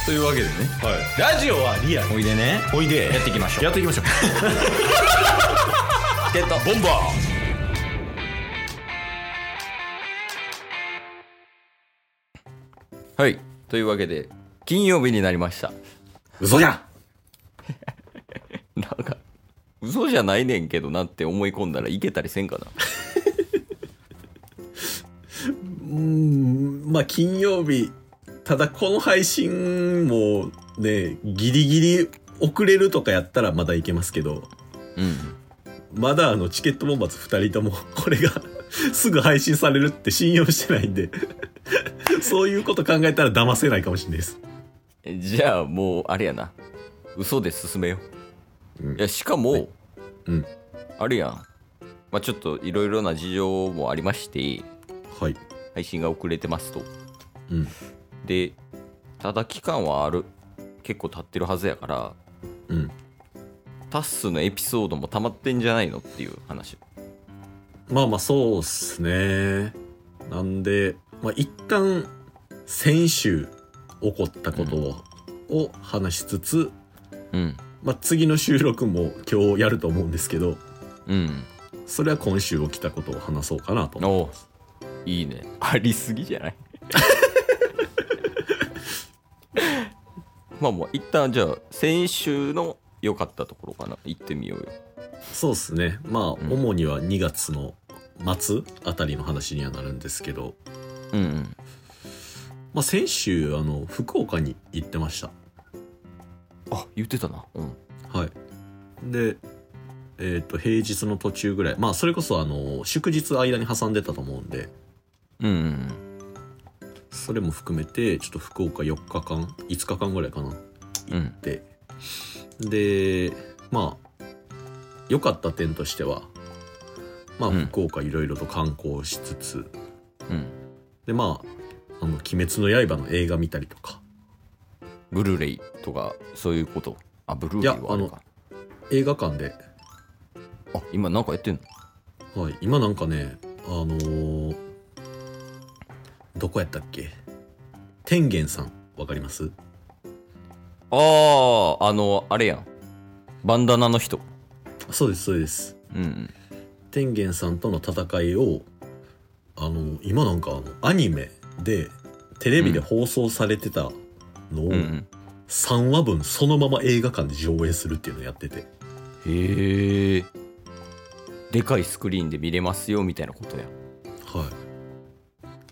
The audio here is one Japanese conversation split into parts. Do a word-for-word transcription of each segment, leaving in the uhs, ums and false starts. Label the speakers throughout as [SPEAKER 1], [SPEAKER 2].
[SPEAKER 1] というわけでね、
[SPEAKER 2] はい、ラジオはリアル。
[SPEAKER 1] おいでね、
[SPEAKER 2] おいで
[SPEAKER 1] やっていきましょう。
[SPEAKER 2] やっていきましょう
[SPEAKER 1] ゲット
[SPEAKER 2] ボンバ
[SPEAKER 1] ー。はい、というわけで金曜日になりました。
[SPEAKER 2] 嘘じゃ
[SPEAKER 1] んなんか嘘じゃないねんけどなって思い込んだらいけたりせんかな。
[SPEAKER 2] うーん、まあ金曜日、ただこの配信もねギリギリ遅れるとかやったらまだいけますけど、
[SPEAKER 1] うん、
[SPEAKER 2] まだあのチケットボンバーズふたりともこれがすぐ配信されるって信用してないんでそういうこと考えたら騙せないかもしれないです。
[SPEAKER 1] じゃあもうあれやな、嘘で進めよう、うん、いやしかも、はい、
[SPEAKER 2] うん、
[SPEAKER 1] あれやん、まあ、ちょっといろいろな事情もありまして、
[SPEAKER 2] はい、
[SPEAKER 1] 配信が遅れてますと、
[SPEAKER 2] うん、
[SPEAKER 1] でただ期間はある、結構経ってるはずやから、
[SPEAKER 2] うん、
[SPEAKER 1] タッスのエピソードも溜まってんじゃないのっていう話。
[SPEAKER 2] まあまあそうっすね。なんで、まあ一旦先週起こったことを、うん、を話しつつ、
[SPEAKER 1] うん、
[SPEAKER 2] まあ次の収録も今日やると思うんですけど、
[SPEAKER 1] うん、そ
[SPEAKER 2] れは今週起きたことを話そうかなと思います。
[SPEAKER 1] いいね、ありすぎじゃないまあもう一旦じゃあ先週の良かったところかな、行ってみようよ。
[SPEAKER 2] そうですね。まあ、うん、主にはにがつの末あたりの話にはなるんですけど、
[SPEAKER 1] うんうん、
[SPEAKER 2] まあ先週あの福岡に行ってました。
[SPEAKER 1] あ、言ってたな。うん。
[SPEAKER 2] はい。で、えっと平日の途中ぐらい、まあそれこそあの祝日間に挟んでたと思うんで、
[SPEAKER 1] うんうんうん、
[SPEAKER 2] それも含めてちょっと福岡よっかかんいつかかんぐらいかな行って、うん、でまあ良かった点としては、まあ福岡いろいろと観光しつつ、
[SPEAKER 1] うん、
[SPEAKER 2] でまああの鬼滅の刃の映画見たりとか、
[SPEAKER 1] ブルーレイとかそういうこと。あ、ブルーレイはあるか。いや、あの
[SPEAKER 2] 映画館で、
[SPEAKER 1] あ、今なんかやってん
[SPEAKER 2] の？はい、今なんかね、あのー、どこやったっけ？天元さんわかります？
[SPEAKER 1] ああ、あのあれやん、バンダナの人。
[SPEAKER 2] そうですそうです、
[SPEAKER 1] うんうん、
[SPEAKER 2] 天元さんとの戦いをあの今なんかあのアニメでテレビで放送されてたのをさんわぶんそのまま映画館で上映するっていうのをやってて、
[SPEAKER 1] へえ、でかいスクリーンで見れますよみたいなことや。
[SPEAKER 2] はい。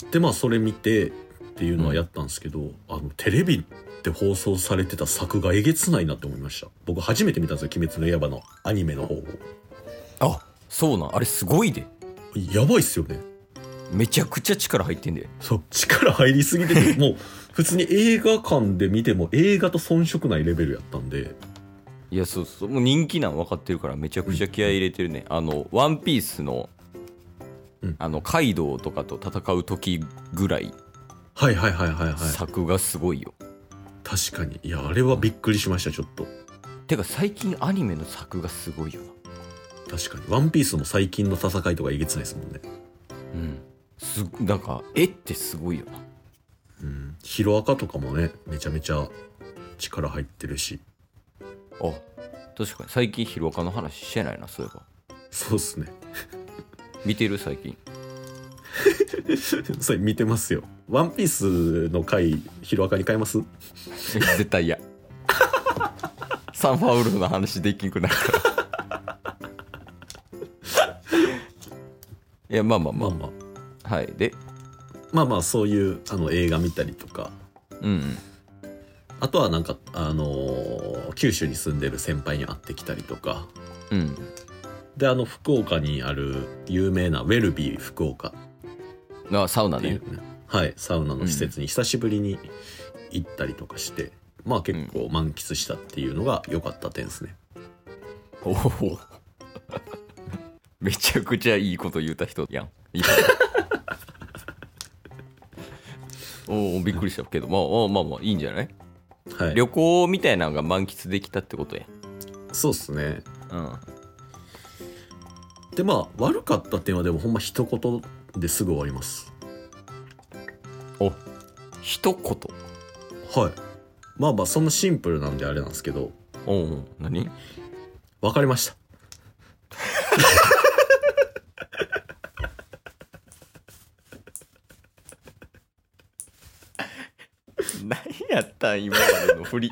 [SPEAKER 2] でまあそれ見てっていうのはやったんですけど、うん、あのテレビで放送されてた作がえげつないなって思いました。僕初めて見たんですよ、鬼滅の刃のアニメの方を。
[SPEAKER 1] あ、そうなん、あれすごいで。
[SPEAKER 2] やばいっすよね。
[SPEAKER 1] めちゃくちゃ力入ってんで。
[SPEAKER 2] そう、力入りすぎててもう普通に映画館で見ても映画と遜色ないレベルやったんで。
[SPEAKER 1] いや、そうそう、もう人気なん分かってるからめちゃくちゃ気合い入れてるね、うん、あのワンピースの、うん、あのカイドウとかと戦う時ぐらい、
[SPEAKER 2] はいはいはいはいはい、
[SPEAKER 1] 作がすごいよ。
[SPEAKER 2] 確かに。いや、あれはびっくりしました、ちょっと。
[SPEAKER 1] てか最近アニメの作がすごいよ
[SPEAKER 2] な。確かにワンピースの最近の戦いとかえげつないですもんね。
[SPEAKER 1] うん、すなんか絵ってすごいよな。
[SPEAKER 2] うん、ヒロアカとかもね、めちゃめちゃ力入ってるし。
[SPEAKER 1] あ、確かに最近ヒロアカの話してないな、そういえば。
[SPEAKER 2] そうっすね
[SPEAKER 1] 見てる最近
[SPEAKER 2] それ見てますよ。ワンピースの回ヒロアカに変えます？
[SPEAKER 1] 絶対嫌サンファウルフの話できんくなるからいや、まあまあまあ、まあまあ、はい。で
[SPEAKER 2] まあまあそういうあの映画見たりとか、
[SPEAKER 1] うん、うん、
[SPEAKER 2] あとはなんかあのー、九州に住んでる先輩に会ってきたりとか、
[SPEAKER 1] うん、
[SPEAKER 2] であの福岡にある有名なウェルビー福岡、
[SPEAKER 1] あ、サウナね、
[SPEAKER 2] はい、サウナの施設に久しぶりに行ったりとかして、うん、まあ結構満喫したっていうのが良かった点ですね。
[SPEAKER 1] おおめちゃくちゃいいこと言うた人やんおお、びっくりしたけど、まあまあまあいいんじゃない？はい、旅行みたいなのが満喫できたってことや。
[SPEAKER 2] そうっすね。
[SPEAKER 1] うん。
[SPEAKER 2] でまあ悪かった点はでもほんま一言ですぐ終わります。
[SPEAKER 1] お、一言。
[SPEAKER 2] はい。 まあまあそんなシンプルなんであれなんですけど。
[SPEAKER 1] おう、何？
[SPEAKER 2] 別れました。
[SPEAKER 1] 何やったん今までの振り。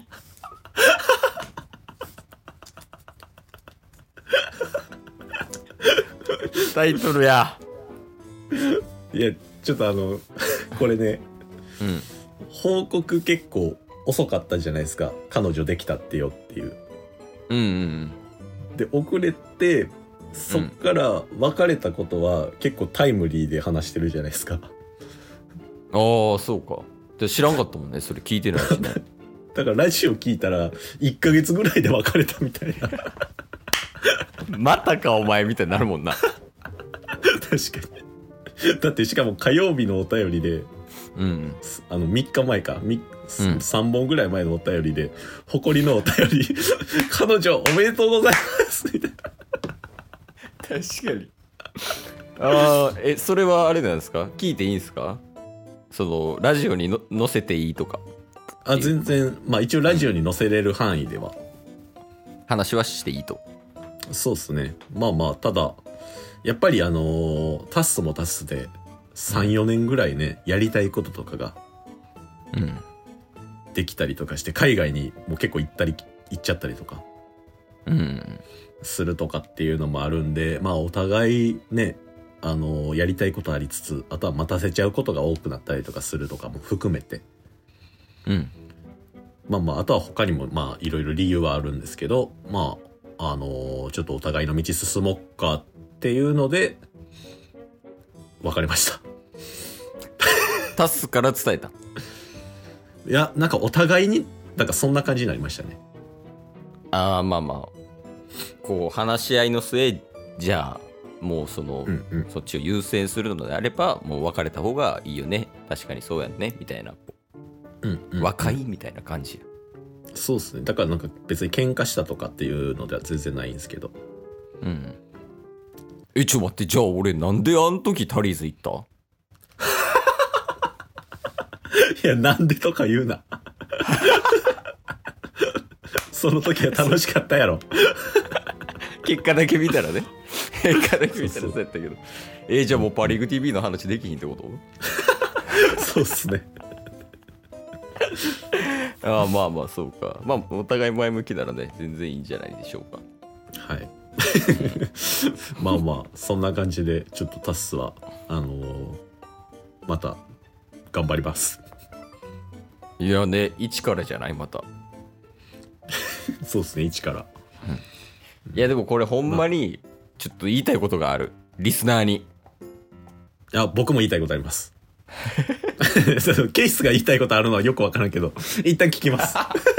[SPEAKER 1] タイトルや。
[SPEAKER 2] いやちょっとあのこれね、
[SPEAKER 1] うん、
[SPEAKER 2] 報告結構遅かったじゃないですか。彼女できたってよっていう。
[SPEAKER 1] うんうん
[SPEAKER 2] うん。で遅れてそっから別れたことは結構タイムリーで話してるじゃないですか。
[SPEAKER 1] ああそうか。で知らんかったもんね。それ聞いてないしね。
[SPEAKER 2] だからラジオ聞いたらいっかげつぐらいで別れたみたいな。
[SPEAKER 1] またかお前みたいになるもんな。
[SPEAKER 2] 確かに。だってしかも火曜日のお便りで、
[SPEAKER 1] うん、
[SPEAKER 2] あのみっかまえか、うん、さんぼんぐらい前のお便りで誇りのお便り彼女おめでとうございますみたいな。
[SPEAKER 1] 確かに。ああ、えそれはあれなんですか？聞いていいんですか？そのラジオにの載せていいとか。
[SPEAKER 2] あ、全然まあ一応ラジオに載せれる範囲では、
[SPEAKER 1] うん、話はしていいと。
[SPEAKER 2] そうっすね。まあまあただやっぱりあのー、タスもタスでさんよねんぐらいね、やりたいこととかができたりとかして海外にもう結構行ったり行っちゃったりとかするとかっていうのもあるんで、まあお互いね、あのー、やりたいことありつつ、あとは待たせちゃうことが多くなったりとかするとかも含めて、
[SPEAKER 1] うん、
[SPEAKER 2] まあまああとは他にもまあいろいろ理由はあるんですけど、まああのー、ちょっとお互いの道進もうかっていうので別れました。
[SPEAKER 1] タスから伝えた。
[SPEAKER 2] いやなんかお互いになんかそんな感じになりましたね。
[SPEAKER 1] ああまあまあこう話し合いの末じゃあもうその、うんうん、そっちを優先するのであればもう別れた方がいいよね、確かにそうやんねみたいな、うんうんうん、和解みたいな感じ。
[SPEAKER 2] そうですね。だからなんか別に喧嘩したとかっていうのでは全然ないんですけど。
[SPEAKER 1] うん。えちょ待って、じゃあ俺なんであの時タリーズ行った？
[SPEAKER 2] いやなんでとか言うな。その時は楽しかったやろ。
[SPEAKER 1] 結果だけ見たらね。結果だけ見たらそうやったけど。えー、じゃあもうパリーグ ティーブイ の話できひんってこと？
[SPEAKER 2] そうっすね。
[SPEAKER 1] ああまあまあそうか。まあお互い前向きならね全然いいんじゃないでしょうか。
[SPEAKER 2] はい。まあまあそんな感じでちょっとタスはあのー、また頑張ります。
[SPEAKER 1] いやね一からじゃないまた。
[SPEAKER 2] そうですね一から。
[SPEAKER 1] いやでもこれほんまにちょっと言いたいことがあるリスナーに。い
[SPEAKER 2] や僕も言いたいことあります。ケイスが言いたいことあるのはよくわからんけど一旦聞きます。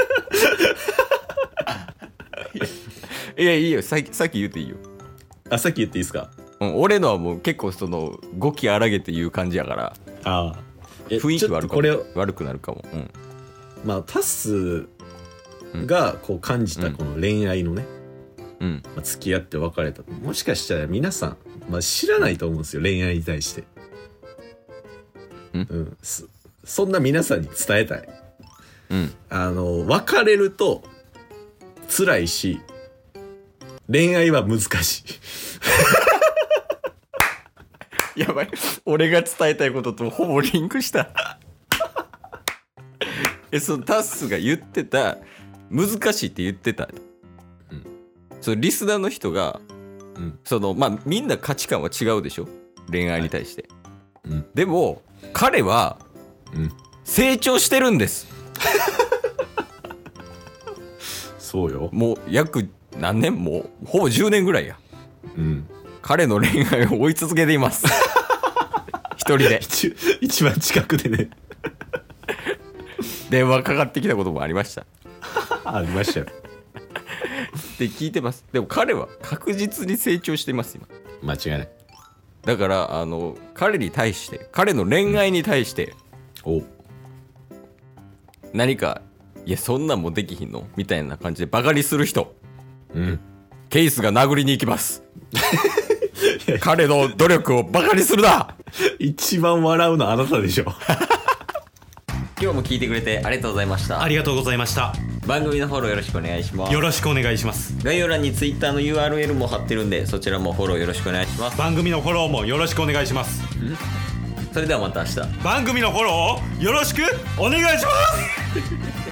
[SPEAKER 1] いやいいよ、さっきさっき言っていいよ。
[SPEAKER 2] あさっき言っていいですか？
[SPEAKER 1] うん、俺のはもう結構その語気荒げて言う感じやから。
[SPEAKER 2] ああ
[SPEAKER 1] 雰囲気悪くこれ悪くなるかも。うん、
[SPEAKER 2] まあタスがこう感じたこの恋愛のね、
[SPEAKER 1] うん
[SPEAKER 2] まあ、付き合って別れた、もしかしたら皆さん、まあ、知らないと思うんですよ恋愛に対して。うん、うん、そ, そんな皆さんに伝えたい、
[SPEAKER 1] うん、
[SPEAKER 2] あの別れると辛いし恋愛は難し
[SPEAKER 1] い。やばい、俺が伝えたいこととほぼリンクしたえそのタッスが言ってた難しいって言ってた、うん、そのリスナーの人が、うん、そのまあみんな価値観は違うでしょ恋愛に対して、はい、うん、でも彼は、うん、成長してるんです。
[SPEAKER 2] そうよ。
[SPEAKER 1] もう約何年もうほぼじゅうねんぐらいや、うん、彼の恋愛を追い続けています。一人で
[SPEAKER 2] 一番近くでね。
[SPEAKER 1] 電話かかってきたこともありました。
[SPEAKER 2] ありましたよ。
[SPEAKER 1] って聞いてます。でも彼は確実に成長しています今。
[SPEAKER 2] 間違いない。
[SPEAKER 1] だからあの彼に対して彼の恋愛に対して、うん、お何かいやそんなんもできひんのみたいな感じでバカにする人、うん、ケイスが殴りに行きます。彼の努力をバカにするな。
[SPEAKER 2] 一番笑うのあなたでしょ。
[SPEAKER 1] 今日も聞いてくれてありがとうございました。
[SPEAKER 3] ありがとうございました。
[SPEAKER 1] 番組のフォローよろしくお願いします。
[SPEAKER 3] よろしくお願いします。
[SPEAKER 1] 概要欄に Twitter の ユーアールエル も貼ってるんで、そちらもフォローよろしくお願いします。
[SPEAKER 3] 番組のフォローもよろしくお願いします。
[SPEAKER 1] それではまた明日。
[SPEAKER 3] 番組のフォローをよろしくお願いします